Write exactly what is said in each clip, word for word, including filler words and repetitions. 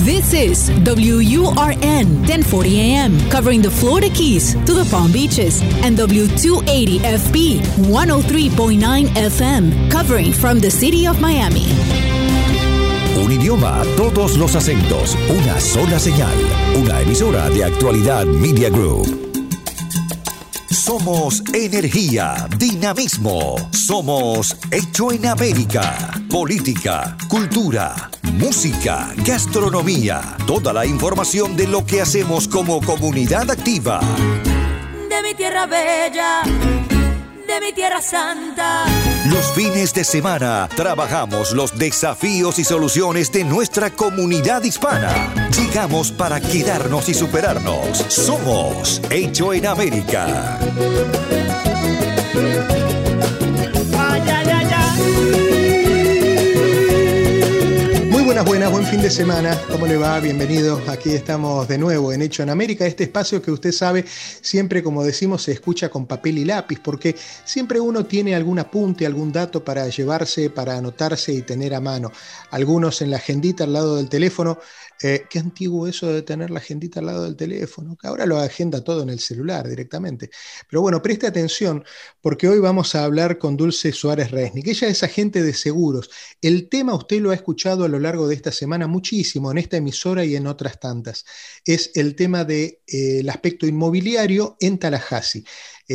This is W U R N ten forty A M, covering the Florida Keys to the Palm Beaches, and W two eighty F B, one oh three point nine F M, covering from the city of Miami. Un idioma, todos los acentos, una sola señal. Una emisora de Actualidad Media Group. Somos energía, dinamismo. Somos Hecho en América. Política, cultura, música, gastronomía. Toda la información de lo que hacemos como comunidad activa. De mi tierra bella, de mi tierra santa. Los fines de semana trabajamos los desafíos y soluciones de nuestra comunidad hispana. Llegamos para quedarnos y superarnos. Somos Hecho en América. Ay, ay, ay, ay. Muy buenas, buenas, buen fin de semana. ¿Cómo le va? Bienvenido. Aquí estamos de nuevo en Hecho en América, este espacio que usted sabe, siempre, como decimos, se escucha con papel y lápiz, porque siempre uno tiene algún apunte, algún dato para llevarse, para anotarse y tener a mano. Algunos en la agendita al lado del teléfono. Eh, qué antiguo eso de tener la agendita al lado del teléfono, que ahora lo agenda todo en el celular directamente. Pero bueno, preste atención, porque hoy vamos a hablar con Dulce Suárez Resnick. Ella es agente de seguros. El tema usted lo ha escuchado a lo largo de esta semana muchísimo, en esta emisora y en otras tantas. Es el tema del de, eh, aspecto inmobiliario en Tallahassee.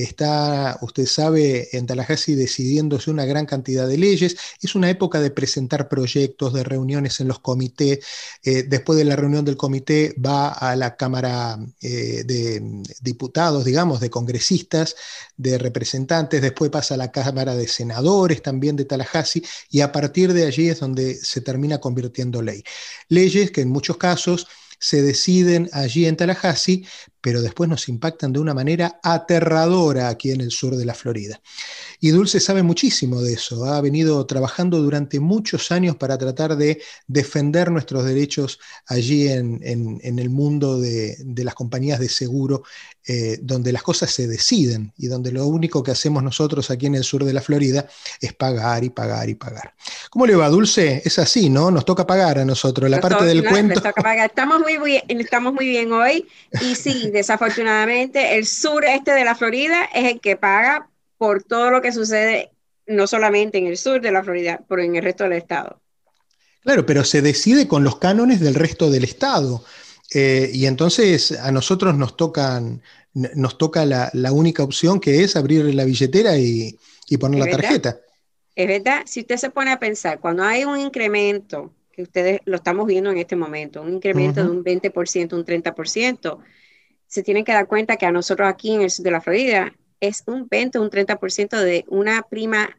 Está, usted sabe, en Tallahassee decidiéndose una gran cantidad de leyes. Es una época de presentar proyectos, de reuniones en los comités. Eh, después de la reunión del comité va a la Cámara eh, de Diputados, digamos, de congresistas, de representantes. Después pasa a la Cámara de Senadores también de Tallahassee, y a partir de allí es donde se termina convirtiendo ley. Leyes que en muchos casos se deciden allí en Tallahassee, pero después nos impactan de una manera aterradora aquí en el sur de la Florida. Y Dulce sabe muchísimo de eso, ha venido trabajando durante muchos años para tratar de defender nuestros derechos allí en, en, en el mundo de, de las compañías de seguro, eh, donde las cosas se deciden y donde lo único que hacemos nosotros aquí en el sur de la Florida es pagar y pagar y pagar. ¿Cómo le va, Dulce? Es así, ¿no? Nos toca pagar a nosotros, la nos parte toca, del no, cuento. Nos toca pagar. Estamos muy bien, estamos muy bien hoy, y sí, desafortunadamente el sureste de la Florida es el que paga por todo lo que sucede, no solamente en el sur de la Florida, pero en el resto del estado. Claro, pero se decide con los cánones del resto del estado. Eh, y entonces a nosotros nos tocan, nos toca la, la única opción, que es abrir la billetera y, y poner la tarjeta. Es verdad, si usted se pone a pensar, cuando hay un incremento, que ustedes lo estamos viendo en este momento, un incremento uh-huh. de un veinte por ciento, un treinta por ciento, se tienen que dar cuenta que a nosotros aquí en el sur de la Florida es un veinte, un treinta por ciento de una prima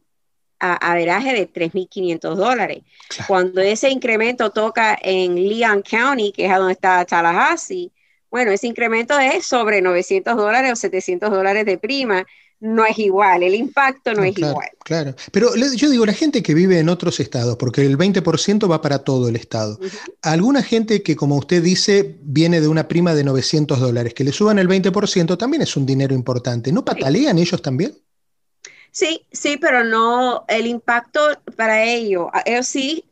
a averaje de tres mil quinientos dólares. Claro. Cuando ese incremento toca en Leon County, que es a donde está Tallahassee, bueno, ese incremento es sobre novecientos dólares o setecientos dólares de prima. No es igual, el impacto no, no es claro, igual. Claro, pero yo digo, la gente que vive en otros estados, porque el veinte por ciento va para todo el estado. Uh-huh. Alguna gente que, como usted dice, viene de una prima de novecientos dólares, que le suban el veinte por ciento también es un dinero importante. ¿No patalean sí. ellos también? Sí, sí, pero no, el impacto para ellos, ellos sí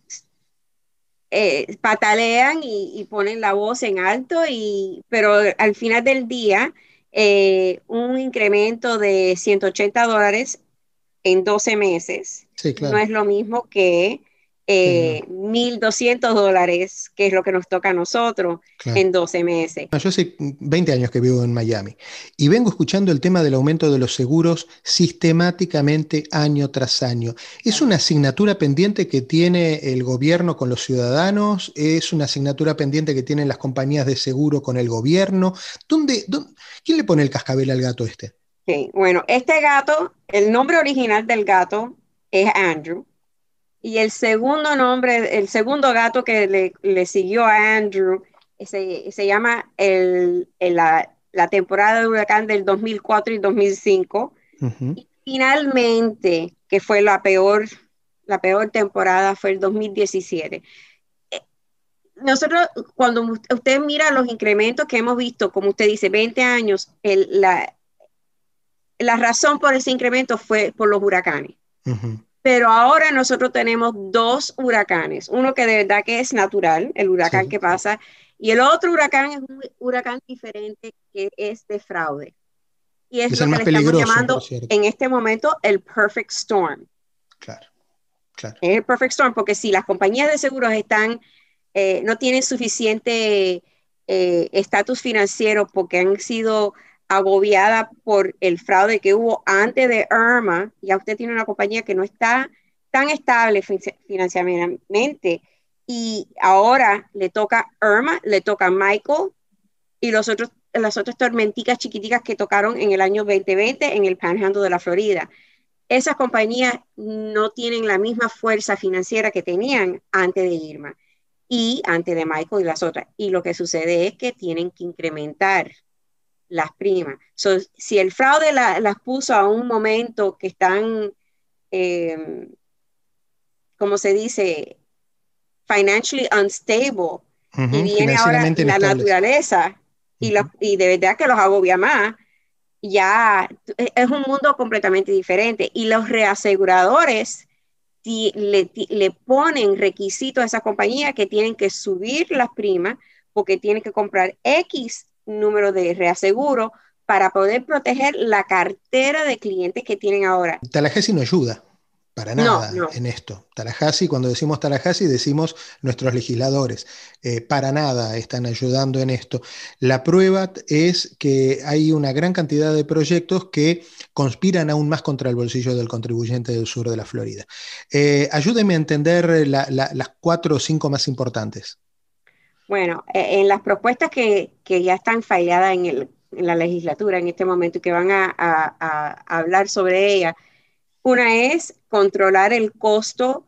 eh, patalean y, y ponen la voz en alto, y, pero al final del día, Eh, un incremento de ciento ochenta dólares en doce meses sí, claro. no es lo mismo que eh, sí, no. mil doscientos dólares, que es lo que nos toca a nosotros claro. en doce meses. Yo hace veinte años que vivo en Miami y vengo escuchando el tema del aumento de los seguros sistemáticamente año tras año. ¿Es una asignatura pendiente que tiene el gobierno con los ciudadanos? ¿Es una asignatura pendiente que tienen las compañías de seguro con el gobierno? ¿Dónde, dónde, ¿Quién le pone el cascabel al gato este? Okay. Bueno, este gato, el nombre original del gato es Andrew. Y el segundo nombre, el segundo gato que le, le siguió a Andrew, se, se llama el, el, la, la temporada de huracán del dos mil cuatro y dos mil cinco. Uh-huh. Y finalmente, que fue la peor, la peor temporada, fue el dos mil diecisiete. Nosotros, cuando usted mira los incrementos que hemos visto, como usted dice, veinte años, el, la, la razón por ese incremento fue por los huracanes. Uh-huh. Pero ahora nosotros tenemos dos huracanes, uno que de verdad que es natural, el huracán sí. que pasa, y el otro huracán es un huracán diferente que es de fraude. Y es, es lo que le estamos llamando en este momento el perfect storm. Claro, claro. Es el perfect storm, porque si las compañías de seguros están, eh, no tienen suficiente estatus eh, financiero porque han sido agobiada por el fraude que hubo antes de Irma, ya usted tiene una compañía que no está tan estable financieramente y ahora le toca Irma, le toca Michael y los otros, las otras tormenticas chiquiticas que tocaron en el año veinte veinte en el Panhandle de la Florida. Esas compañías no tienen la misma fuerza financiera que tenían antes de Irma y antes de Michael y las otras. Y lo que sucede es que tienen que incrementar las primas. So, si el fraude la, las puso a un momento que están, eh, como se dice, financially unstable, uh-huh, y viene ahora la naturaleza, uh-huh. y, lo, y de verdad que los agobia más, ya es un mundo completamente diferente. Y los reaseguradores ti, le, ti, le ponen requisitos a esa compañía que tienen que subir las primas porque tienen que comprar X número de reaseguro para poder proteger la cartera de clientes que tienen ahora. Tallahassee no ayuda para nada no, no. en esto. Tallahassee, cuando decimos Tallahassee, decimos nuestros legisladores. Eh, para nada están ayudando en esto. La prueba es que hay una gran cantidad de proyectos que conspiran aún más contra el bolsillo del contribuyente del sur de la Florida. Eh, ayúdeme a entender la, la, las cuatro o cinco más importantes. Bueno, eh, en las propuestas que, que ya están falladas en, el, en la legislatura en este momento y que van a, a, a hablar sobre ella, una es controlar el costo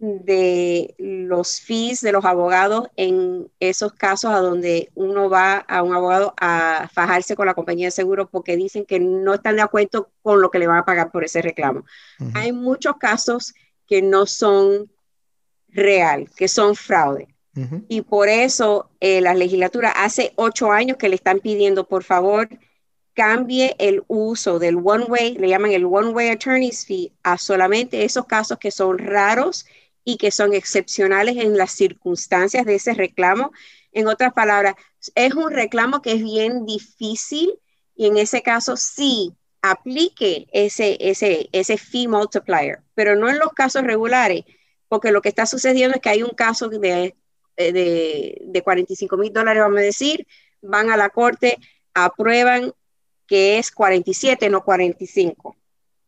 de los fees de los abogados en esos casos a donde uno va a un abogado a fajarse con la compañía de seguro porque dicen que no están de acuerdo con lo que le van a pagar por ese reclamo. Uh-huh. Hay muchos casos que no son real, que son fraude. Uh-huh. Y por eso eh, la legislatura hace ocho años que le están pidiendo, por favor, cambie el uso del one-way, le llaman el one-way attorney's fee, a solamente esos casos que son raros y que son excepcionales en las circunstancias de ese reclamo. En otras palabras, es un reclamo que es bien difícil y en ese caso sí aplique ese, ese, ese fee multiplier, pero no en los casos regulares, porque lo que está sucediendo es que hay un caso de De, de cuarenta y cinco mil dólares, vamos a decir, van a la corte, aprueban que es cuarenta y siete, no cuarenta y cinco.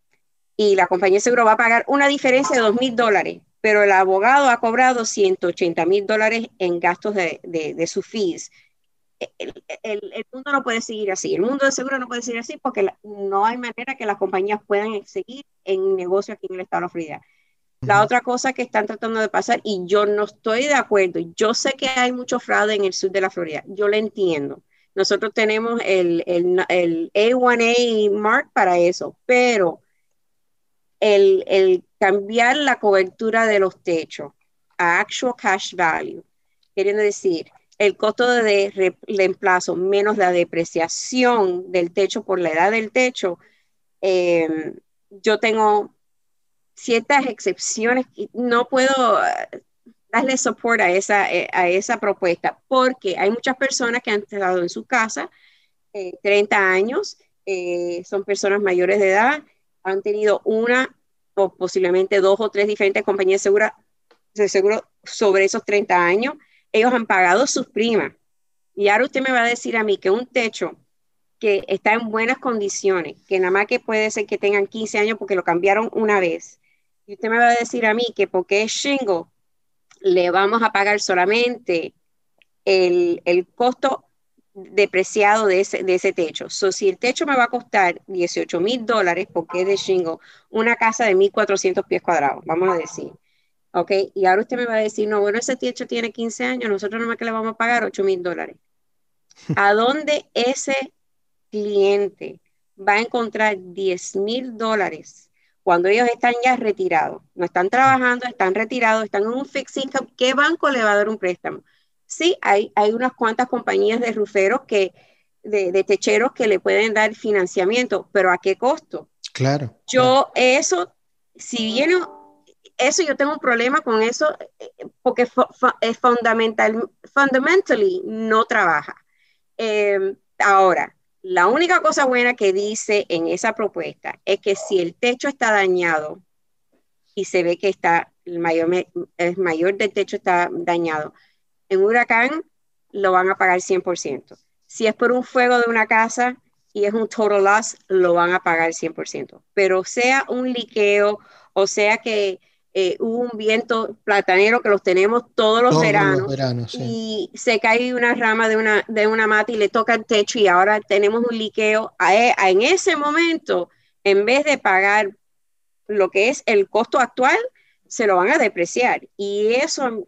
Y la compañía de seguro va a pagar una diferencia de dos mil dólares, pero el abogado ha cobrado ciento ochenta mil dólares en gastos de, de, de sus fees. El, el, el mundo no puede seguir así. El mundo de seguro no puede seguir así porque la, no hay manera que las compañías puedan seguir en negocio aquí en el estado de la Florida. La otra cosa que están tratando de pasar, y yo no estoy de acuerdo, yo sé que hay mucho fraude en el sur de la Florida, yo lo entiendo. Nosotros tenemos el, el, el A uno A mark para eso, pero el, el cambiar la cobertura de los techos a actual cash value, queriendo decir, el costo de reemplazo menos la depreciación del techo por la edad del techo, eh, yo tengo ciertas excepciones y no puedo darle support a esa, a esa propuesta porque hay muchas personas que han estado en su casa eh, treinta años, eh, son personas mayores de edad, han tenido una o posiblemente dos o tres diferentes compañías de seguro, de seguro sobre esos treinta años, ellos han pagado sus primas y ahora usted me va a decir a mí que un techo que está en buenas condiciones, que nada más que puede ser que tengan quince años porque lo cambiaron una vez, y usted me va a decir a mí que porque es shingle, le vamos a pagar solamente el, el costo depreciado de ese, de ese techo. So, si el techo me va a costar dieciocho mil dólares porque es de shingle, una casa de mil cuatrocientos pies cuadrados, vamos a decir. Ok, y ahora usted me va a decir, no, bueno, ese techo tiene quince años, nosotros nomás que le vamos a pagar ocho mil dólares. ¿A dónde ese cliente va a encontrar diez mil dólares cuando ellos están ya retirados? No están trabajando, están retirados, están en un fixed income. ¿Qué banco le va a dar un préstamo? Sí, hay, hay unas cuantas compañías de ruferos, que, de, de techeros que le pueden dar financiamiento, pero ¿a qué costo? Claro. Yo claro. eso, si viene, eso yo tengo un problema con eso, porque fu fu fundamental, fundamentally no trabaja. Eh, ahora, la única cosa buena que dice en esa propuesta es que si el techo está dañado y se ve que está, el mayor, el mayor del techo está dañado, en huracán lo van a pagar cien por ciento. Si es por un fuego de una casa y es un total loss, lo van a pagar cien por ciento. Pero sea un liqueo, o sea que eh, hubo un viento platanero que los tenemos todos los Todos veranos, los veranos, sí. y se cae una rama de una, de una mata y le toca el techo y ahora tenemos un liqueo, a, a, en ese momento, en vez de pagar lo que es el costo actual, se lo van a depreciar. Y eso,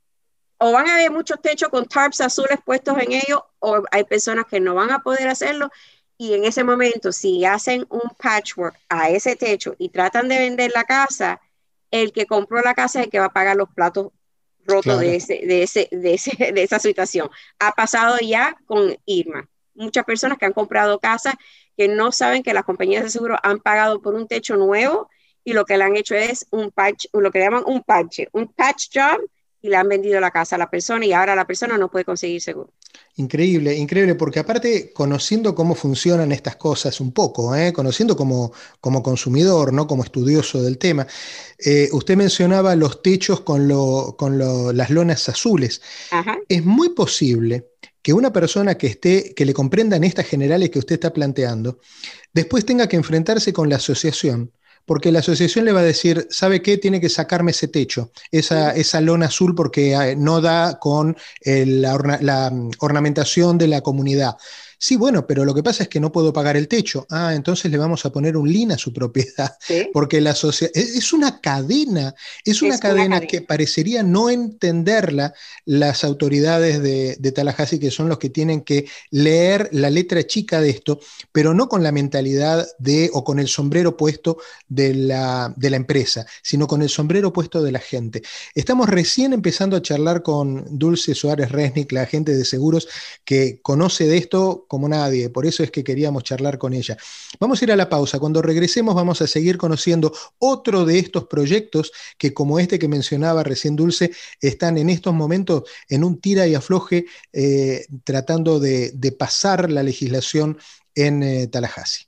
o van a haber muchos techos con tarps azules puestos en ellos, o hay personas que no van a poder hacerlo. Y en ese momento, si hacen un patchwork a ese techo y tratan de vender la casa, el que compró la casa es el que va a pagar los platos rotos, claro, de, ese, de, ese, de, ese, de esa situación. Ha pasado ya con Irma. Muchas personas que han comprado casas que no saben que las compañías de seguro han pagado por un techo nuevo y lo que le han hecho es un patch, lo que llaman un patch, un patch job, y le han vendido la casa a la persona y ahora la persona no puede conseguir seguro. Increíble, increíble, porque aparte, conociendo cómo funcionan estas cosas un poco, ¿eh? conociendo como, como consumidor, no como estudioso del tema, eh, usted mencionaba los techos con, lo, con lo, las lonas azules. Ajá. Es muy posible que una persona que, esté, que le comprendan estas generales que usted está planteando, después tenga que enfrentarse con la asociación, porque la asociación le va a decir, ¿sabe qué? Tiene que sacarme ese techo, esa, esa lona azul, porque no da con el, la, orna, la ornamentación de la comunidad. Sí, bueno, pero lo que pasa es que no puedo pagar el techo. Ah, entonces le vamos a poner un lien a su propiedad. ¿Sí? Porque la sociedad es, es una cadena, es una, es cadena, una cadena que parecería no entenderla las autoridades de, de Tallahassee, que son los que tienen que leer la letra chica de esto, pero no con la mentalidad de, o con el sombrero puesto de la, de la empresa, sino con el sombrero puesto de la gente. Estamos recién empezando a charlar con Dulce Suárez Resnick, la agente de seguros que conoce de esto como nadie, por eso es que queríamos charlar con ella. Vamos a ir a la pausa, cuando regresemos vamos a seguir conociendo otro de estos proyectos que, como este que mencionaba recién Dulce, están en estos momentos en un tira y afloje eh, tratando de, de pasar la legislación en eh, Tallahassee.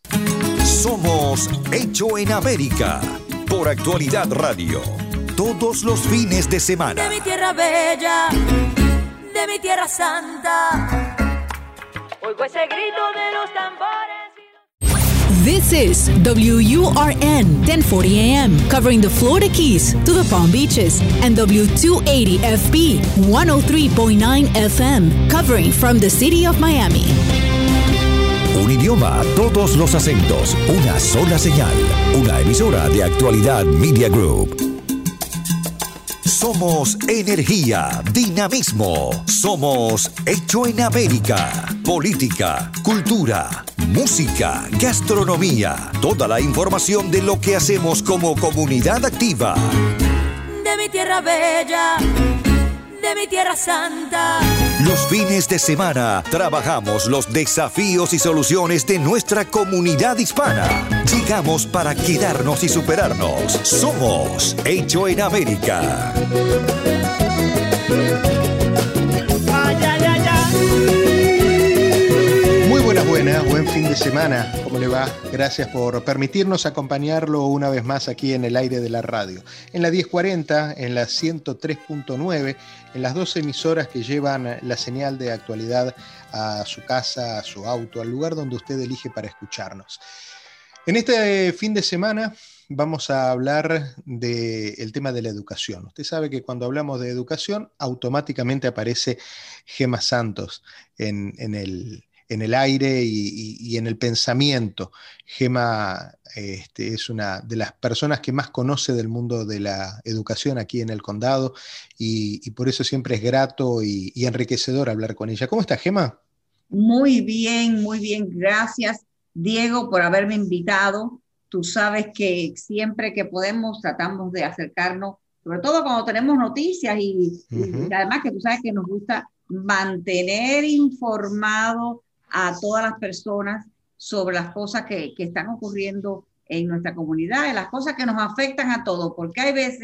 Somos Hecho en América por Actualidad Radio, todos los fines de semana. De mi tierra bella, de mi tierra santa, oigo ese grito de los tambores. This is W U R N ten forty A M, covering the Florida Keys to the Palm Beaches, and W two eighty F B, one oh three point nine F M, covering from the city of Miami. Un idioma, todos los acentos, una sola señal, una emisora de Actualidad Media Group. Somos energía, dinamismo. Somos Hecho en América. Política, cultura, música, gastronomía. Toda la información de lo que hacemos como comunidad activa. De mi tierra bella, de mi tierra santa. Los fines de semana trabajamos los desafíos y soluciones de nuestra comunidad hispana. Llegamos para quedarnos y superarnos. Somos Hecho en América. Ay, ay, ay, ay. Muy buenas, buenas, buen fin de semana. ¿Cómo le va? Gracias por permitirnos acompañarlo una vez más aquí en el aire de la radio. En la diez cuarenta, en la ciento tres punto nueve, en las dos emisoras que llevan la señal de Actualidad a su casa, a su auto, al lugar donde usted elige para escucharnos. En este fin de semana vamos a hablar del tema de la educación. Usted sabe que cuando hablamos de educación, automáticamente aparece Gema Santos en, en, el, en el aire y, y, y en el pensamiento. Gema este, es una de las personas que más conoce del mundo de la educación aquí en el condado y, y por eso siempre es grato y, y enriquecedor hablar con ella. ¿Cómo está, Gema? Muy bien, muy bien. Gracias, Diego, por haberme invitado. Tú sabes que siempre que podemos tratamos de acercarnos, sobre todo cuando tenemos noticias y, uh-huh. y además que tú sabes que nos gusta mantener informado a todas las personas sobre las cosas que, que están ocurriendo en nuestra comunidad, y las cosas que nos afectan a todos, porque hay veces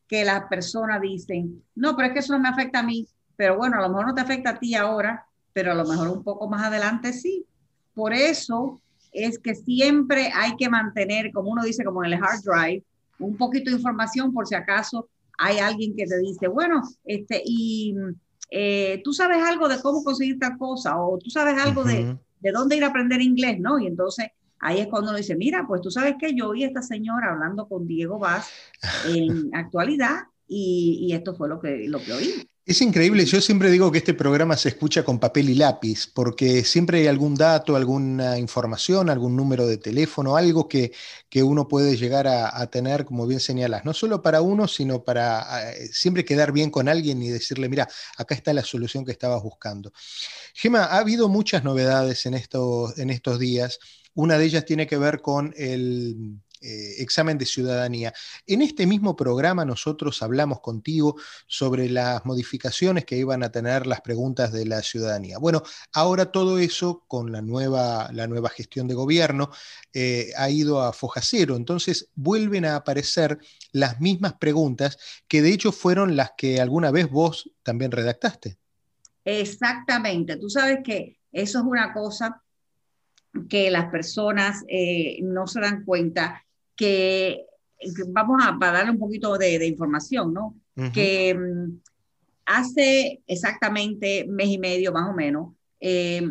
que las personas dicen, no, pero es que eso no me afecta a mí, pero bueno, a lo mejor no te afecta a ti ahora, pero a lo mejor un poco más adelante sí. Por eso es que siempre hay que mantener, como uno dice, como en el hard drive, un poquito de información por si acaso hay alguien que te dice, bueno, este, y eh, tú sabes algo de cómo conseguir tal cosa, o tú sabes algo uh-huh. de, de dónde ir a aprender inglés, ¿no? Y entonces ahí es cuando uno dice, mira, pues tú sabes que yo oí a esta señora hablando con Diego Vaz en actualidad y, y esto fue lo que, lo que oí. Es increíble, yo siempre digo que este programa se escucha con papel y lápiz, porque siempre hay algún dato, alguna información, algún número de teléfono, algo que, que uno puede llegar a, a tener, como bien señalas, no solo para uno, sino para a, siempre quedar bien con alguien y decirle, mira, acá está la solución que estabas buscando. Gema, ha habido muchas novedades en estos, en estos días. Una de ellas tiene que ver con el eh, examen de ciudadanía. En este mismo programa nosotros hablamos contigo sobre las modificaciones que iban a tener las preguntas de la ciudadanía. Bueno, ahora todo eso con la nueva, la nueva gestión de gobierno eh, ha ido a foja cero. Entonces vuelven a aparecer las mismas preguntas que de hecho fueron las que alguna vez vos también redactaste. Exactamente. Tú sabes que eso es una cosa que las personas eh, no se dan cuenta, que, que vamos a, a darle un poquito de, de información, ¿no? Uh-huh. Que um, hace exactamente mes y medio más o menos, eh,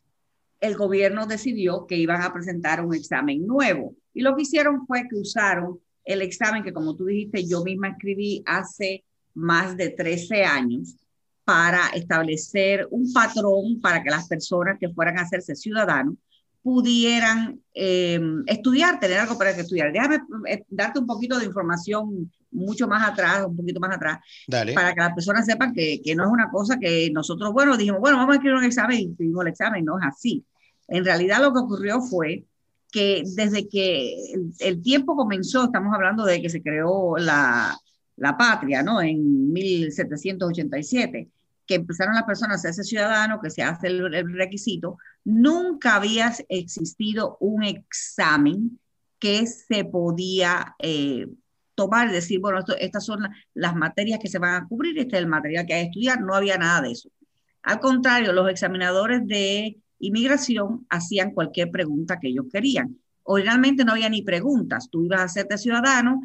el gobierno decidió que iban a presentar un examen nuevo. Y lo que hicieron fue que usaron el examen que, como tú dijiste, yo misma escribí hace más de trece años para establecer un patrón para que las personas que fueran a hacerse ciudadanos pudieran eh, estudiar, tener algo para que estudiar. Déjame eh, darte un poquito de información mucho más atrás, un poquito más atrás, Dale. Para que las personas sepan que, que no es una cosa que nosotros, bueno, dijimos, bueno, vamos a escribir un examen y escribimos el examen, no es así. En realidad lo que ocurrió fue que desde que el, el tiempo comenzó, estamos hablando de que se creó la, la patria, ¿no? En mil setecientos ochenta y siete, que empezaron las personas a hacerse ciudadanos, que se hace el, el requisito, nunca había existido un examen que se podía eh, tomar y decir, bueno, esto, estas son la, las materias que se van a cubrir, este es el material que hay que estudiar, no había nada de eso. Al contrario, los examinadores de inmigración hacían cualquier pregunta que ellos querían. Originalmente no había ni preguntas, tú ibas a hacerte ciudadano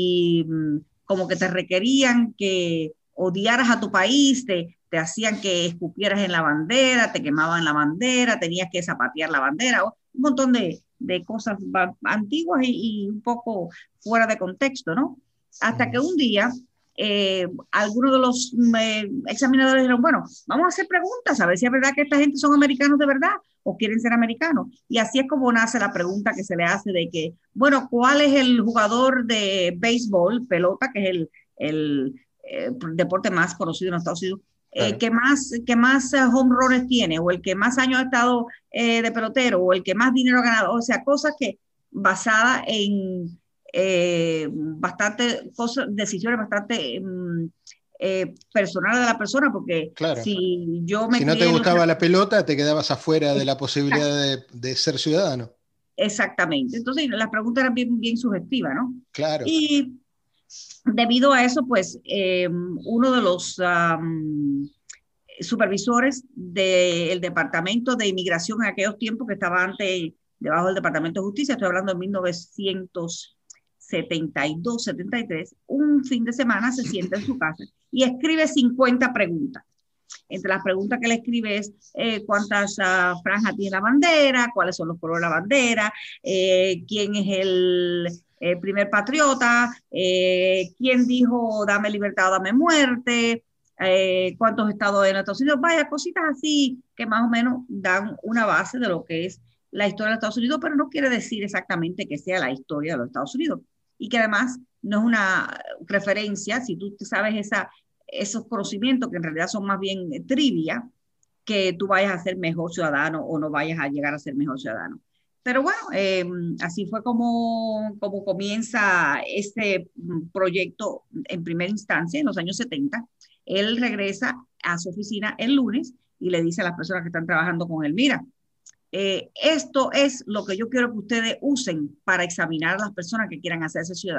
y mmm, como que te requerían que odiaras a tu país, te, te hacían que escupieras en la bandera, te quemaban la bandera, tenías que zapatear la bandera, un montón de, de cosas antiguas y, y un poco fuera de contexto, ¿no? Hasta que un día eh, algunos de los eh, examinadores dijeron, bueno, vamos a hacer preguntas, a ver si es verdad que esta gente son americanos de verdad o quieren ser americanos. Y así es como nace la pregunta que se le hace de que, bueno, ¿cuál es el jugador de béisbol, pelota, que es el, el eh, deporte más conocido en los Estados Unidos, eh, que más, que más uh, home runs tiene, o el que más años ha estado eh, de pelotero, o el que más dinero ha ganado? O sea, cosas que basadas en eh, bastante cosas, decisiones bastante um, eh, personales de la persona, porque claro. si yo me si no te gustaba los... la pelota, te quedabas afuera de la posibilidad de, de ser ciudadano. Exactamente. Entonces, las preguntas eran bien, bien sugestivas, ¿no? Claro. Y debido a eso, pues, eh, uno de los um, supervisores del Departamento de Inmigración en aquellos tiempos, que estaba antes debajo del Departamento de Justicia, estoy hablando de mil novecientos setenta y dos, setenta y tres, un fin de semana se sienta en su casa y escribe cincuenta preguntas. Entre las preguntas que le escribe es eh, cuántas uh, franjas tiene la bandera, cuáles son los colores de la bandera, eh, quién es el eh, primer patriota, eh, quién dijo dame libertad o dame muerte, eh, cuántos estados hay en Estados Unidos, vaya, cositas así que más o menos dan una base de lo que es la historia de los Estados Unidos, pero no quiere decir exactamente que sea la historia de los Estados Unidos. Y que además no es una referencia, si tú sabes esa, esos conocimientos que en realidad son más bien trivia, que tú vayas a ser mejor ciudadano o no vayas a llegar a ser mejor ciudadano. Pero bueno, eh, así fue como, como comienza este proyecto en primera instancia, en los años setenta. Él regresa a su oficina el lunes y le dice a las personas que están trabajando con él, mira, Eh, esto es lo que yo quiero que ustedes usen para examinar a las personas que quieran hacerse ciudadanos.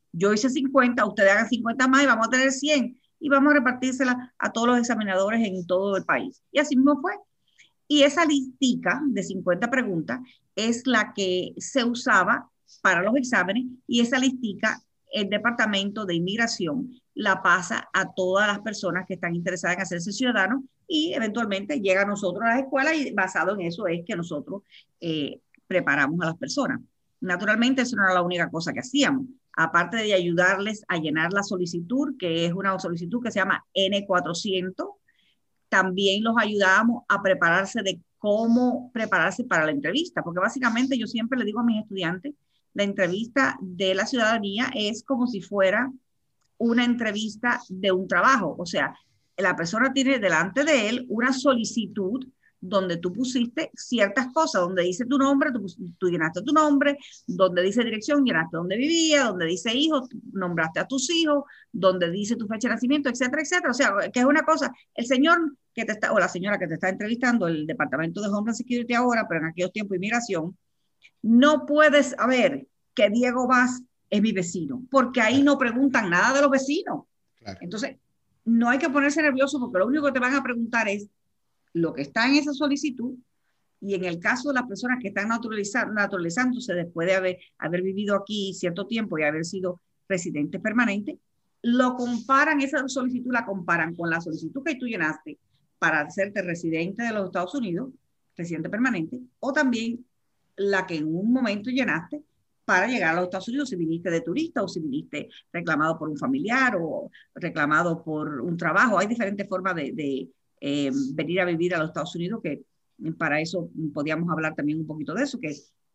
yo hice cincuenta, ustedes hagan cincuenta más y vamos a tener cien y vamos a repartírsela a todos los examinadores en todo el país. Y así mismo fue. Y esa listica de cincuenta preguntas es la que se usaba para los exámenes y esa listica el Departamento de Inmigración la pasa a todas las personas que están interesadas en hacerse ciudadanos y eventualmente llega a nosotros a las escuelas y basado en eso es que nosotros eh, preparamos a las personas. Naturalmente eso no era la única cosa que hacíamos. Aparte de ayudarles a llenar la solicitud, que es una solicitud que se llama N cuatrocientos, también los ayudábamos a prepararse de cómo prepararse para la entrevista, porque básicamente yo siempre le digo a mis estudiantes, la entrevista de la ciudadanía es como si fuera una entrevista de un trabajo, o sea, la persona tiene delante de él una solicitud donde tú pusiste ciertas cosas, donde dice tu nombre, tú, tú llenaste tu nombre, donde dice dirección, llenaste donde vivía, donde dice hijos, nombraste a tus hijos, donde dice tu fecha de nacimiento, etcétera, etcétera. O sea, que es una cosa, el señor que te está, o la señora que te está entrevistando, el Departamento de Homeland Security ahora, pero en aquellos tiempos de inmigración, no puedes saber que Diego Vaz es mi vecino, porque ahí no preguntan nada de los vecinos. Claro. Entonces, no hay que ponerse nervioso porque lo único que te van a preguntar es lo que está en esa solicitud y en el caso de las personas que están naturalizando, naturalizándose después de haber, haber vivido aquí cierto tiempo y haber sido residentes permanentes, lo comparan, esa solicitud la comparan con la solicitud que tú llenaste para hacerte residente de los Estados Unidos, residente permanente, o también la que en un momento llenaste para llegar a los Estados Unidos si viniste de turista o si viniste reclamado por un familiar o reclamado por un trabajo. Hay diferentes formas de, de Eh, venir a vivir a los Estados Unidos, que para eso podíamos hablar también un poquito de eso, que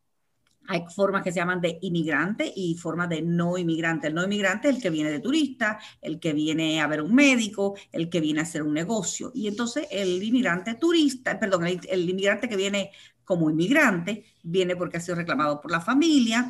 hay formas que se llaman de inmigrante y formas de no inmigrante. El no inmigrante es el que viene de turista, el que viene a ver un médico, el que viene a hacer un negocio. Y entonces el inmigrante turista, perdón, el, el inmigrante que viene como inmigrante, viene porque ha sido reclamado por la familia,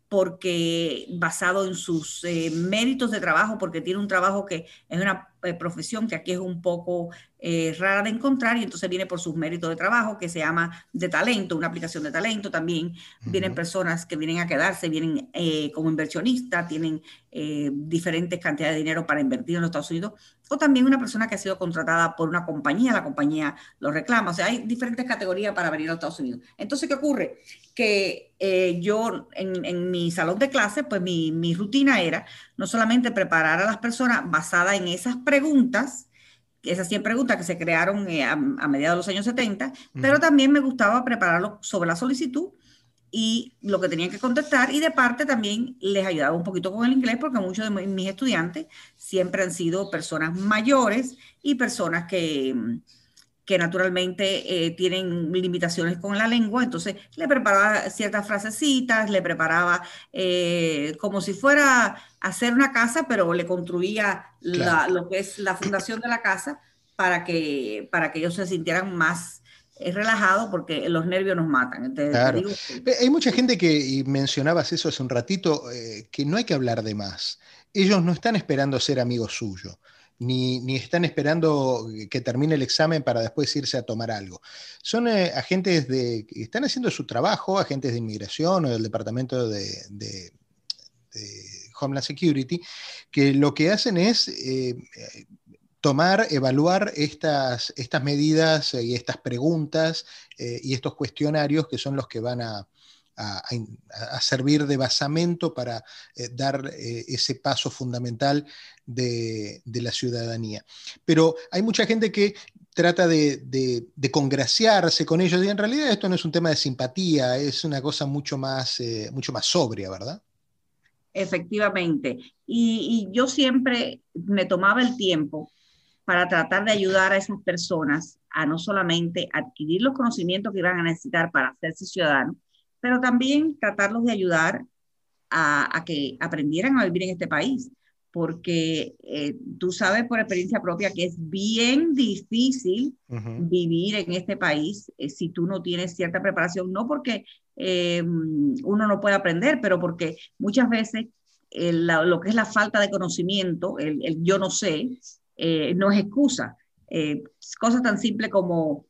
porque basado en sus eh, méritos de trabajo, porque tiene un trabajo que es una eh, profesión que aquí es un poco eh, rara de encontrar, y entonces viene por sus méritos de trabajo, que se llama de talento, una aplicación de talento. También uh-huh. Vienen personas que vienen a quedarse, vienen eh, como inversionistas, tienen eh, diferentes cantidades de dinero para invertir en los Estados Unidos, o también una persona que ha sido contratada por una compañía, la compañía lo reclama. O sea, hay diferentes categorías para venir a los Estados Unidos. Entonces, ¿qué ocurre? Que eh, yo en, en mi salón de clase, pues mi, mi rutina era no solamente preparar a las personas basada en esas preguntas, esas cien preguntas que se crearon eh, a, a mediados de los años setenta, uh-huh. pero también me gustaba prepararlo sobre la solicitud y lo que tenían que contestar, y de parte también les ayudaba un poquito con el inglés, porque muchos de mis estudiantes siempre han sido personas mayores y personas que... que naturalmente eh, tienen limitaciones con la lengua, entonces le preparaba ciertas frasecitas, le preparaba eh, como si fuera a hacer una casa, pero le construía la, lo que es la fundación de la casa para que, para que ellos se sintieran más eh, relajados, porque los nervios nos matan. Entonces, claro. digo que... Hay mucha gente que, y mencionabas eso hace un ratito, eh, que no hay que hablar de más. Ellos no están esperando ser amigos suyos. Ni, ni están esperando que termine el examen para después irse a tomar algo. Son eh, agentes de, que están haciendo su trabajo, agentes de inmigración o del Departamento de, de, de Homeland Security, que lo que hacen es eh, tomar, evaluar estas, estas medidas y estas preguntas eh, y estos cuestionarios que son los que van a A, a servir de basamento para eh, dar eh, ese paso fundamental de, de la ciudadanía. Pero hay mucha gente que trata de, de, de congraciarse con ellos, y en realidad esto no es un tema de simpatía, es una cosa mucho más, eh, mucho más sobria, ¿verdad? Efectivamente. Y, y yo siempre me tomaba el tiempo para tratar de ayudar a esas personas a no solamente adquirir los conocimientos que iban a necesitar para hacerse ciudadanos, pero también tratarlos de ayudar a, a que aprendieran a vivir en este país, porque eh, tú sabes por experiencia propia que es bien difícil uh-huh. vivir en este país eh, si tú no tienes cierta preparación, no porque eh, uno no puede aprender, pero porque muchas veces eh, la, lo que es la falta de conocimiento, el, el yo no sé, eh, no es excusa. Eh, cosas tan simples como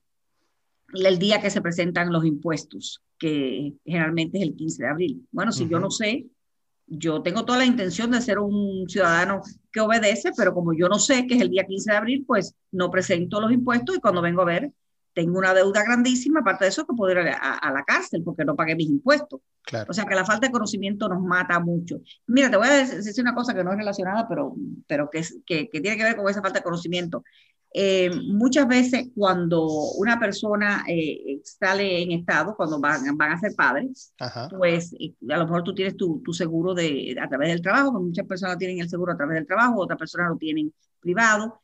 el día que se presentan los impuestos, que generalmente es el quince de abril. Bueno, si uh-huh. yo no sé, yo tengo toda la intención de ser un ciudadano que obedece, pero como yo no sé que es el día quince de abril, pues no presento los impuestos y cuando vengo a ver, tengo una deuda grandísima, aparte de eso que puedo ir a, a, a la cárcel porque no pagué mis impuestos. Claro. O sea que la falta de conocimiento nos mata mucho. Mira, te voy a decir una cosa que no es relacionada, pero, pero que, es, que, que tiene que ver con esa falta de conocimiento. Eh, muchas veces cuando una persona eh, sale en estado, cuando van, van a ser padres, Ajá. pues a lo mejor tú tienes tu, tu seguro de, a través del trabajo, muchas personas tienen el seguro a través del trabajo, otras personas lo tienen privado,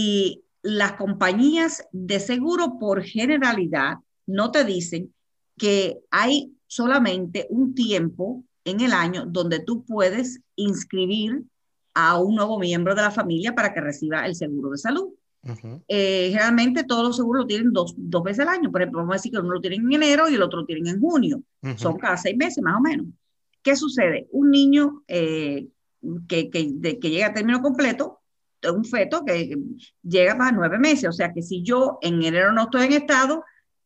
y las compañías de seguro por generalidad no te dicen que hay solamente un tiempo en el año donde tú puedes inscribir a un nuevo miembro de la familia para que reciba el seguro de salud. Uh-huh. Eh, generalmente todos los seguros lo tienen dos, dos veces al año. Por ejemplo, vamos a decir que uno lo tienen en enero y el otro lo tienen en junio. Uh-huh. Son cada seis meses más o menos. ¿Qué sucede? Un niño eh, que, que, de, que llega a término completo, un feto que llega para nueve meses. O sea que si yo en enero no estoy en estado,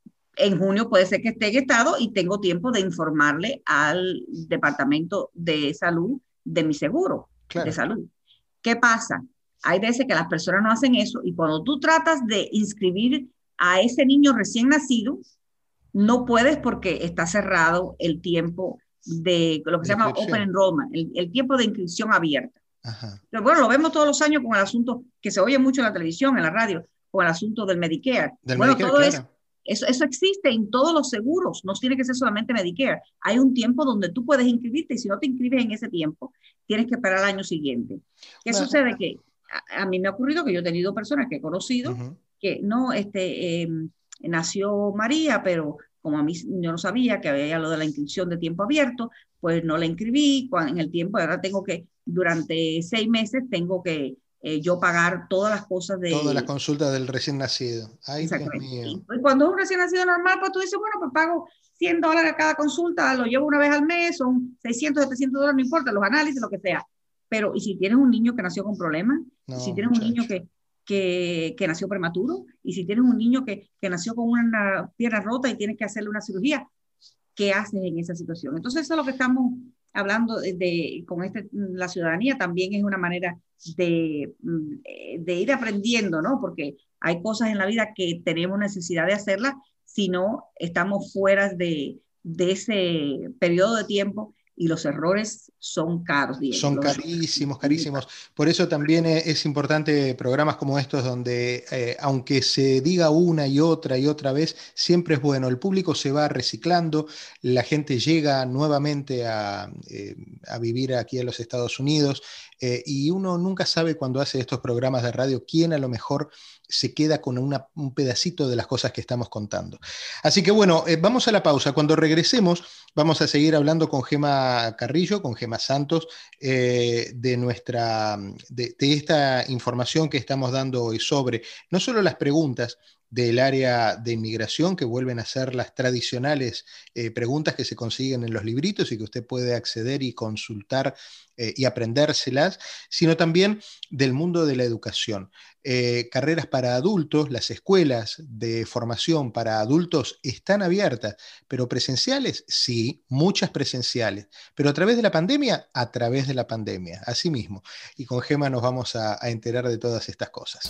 en junio puede ser que esté en estado y tengo tiempo de informarle al departamento de salud de mi seguro claro. de salud. ¿Qué pasa? Hay veces que las personas no hacen eso y cuando tú tratas de inscribir a ese niño recién nacido, no puedes porque está cerrado el tiempo de lo que se llama Open Enrollment, el, el tiempo de inscripción abierta. Ajá. Pero bueno, lo vemos todos los años con el asunto que se oye mucho en la televisión, en la radio, con el asunto del Medicare. Del bueno, Medicare, todo claro. es, eso, eso existe en todos los seguros, no tiene que ser solamente Medicare. Hay un tiempo donde tú puedes inscribirte y si no te inscribes en ese tiempo, tienes que esperar al año siguiente. ¿Qué bueno. sucede? Que a, a mí me ha ocurrido que yo he tenido personas que he conocido uh-huh. que no, este, eh, nació María, pero como a mí yo no sabía que había lo de la inscripción de tiempo abierto, pues no la inscribí en el tiempo, ahora tengo que, durante seis meses tengo que eh, yo pagar todas las cosas de... Todas las consultas del recién nacido. Ay, Dios mío. Y cuando es un recién nacido normal, pues tú dices, bueno, pues pago cien dólares a cada consulta, lo llevo una vez al mes, son seiscientos, setecientos dólares, no importa, los análisis, lo que sea. Pero, ¿y si tienes un niño que nació con problemas? No, si tienes muchacho. un niño que, que, que nació prematuro, y si tienes un niño que, que nació con una pierna rota y tienes que hacerle una cirugía, ¿qué haces en esa situación? Entonces, eso es lo que estamos hablando de, de, con este, la ciudadanía, también es una manera de, de ir aprendiendo, ¿no? Porque hay cosas en la vida que tenemos necesidad de hacerlas, si no estamos fuera de, de ese periodo de tiempo y los errores son caros. Diego. Son carísimos, carísimos. Por eso también es importante programas como estos donde, eh, aunque se diga una y otra y otra vez, siempre es bueno. El público se va reciclando, la gente llega nuevamente a, eh, a vivir aquí en los Estados Unidos eh, y uno nunca sabe cuando hace estos programas de radio quién a lo mejor se queda con una, un pedacito de las cosas que estamos contando. Así que bueno, eh, vamos a la pausa. Cuando regresemos vamos a seguir hablando con Gema Carrillo, con Gema Santos, eh, de, nuestra, de, de esta información que estamos dando hoy sobre no solo las preguntas del área de inmigración, que vuelven a ser las tradicionales eh, preguntas que se consiguen en los libritos y que usted puede acceder y consultar eh, y aprendérselas, sino también del mundo de la educación. Eh, carreras para adultos, las escuelas de formación para adultos están abiertas, pero presenciales, sí, muchas presenciales, pero a través de la pandemia, a través de la pandemia, así mismo. Y con Gema nos vamos a, a enterar de todas estas cosas.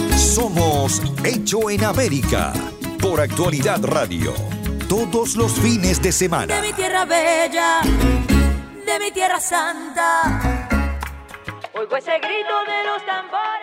Somos Hecho en América, por Actualidad Radio, todos los fines de semana. De mi tierra bella, de mi tierra santa, oigo ese grito de los tambores.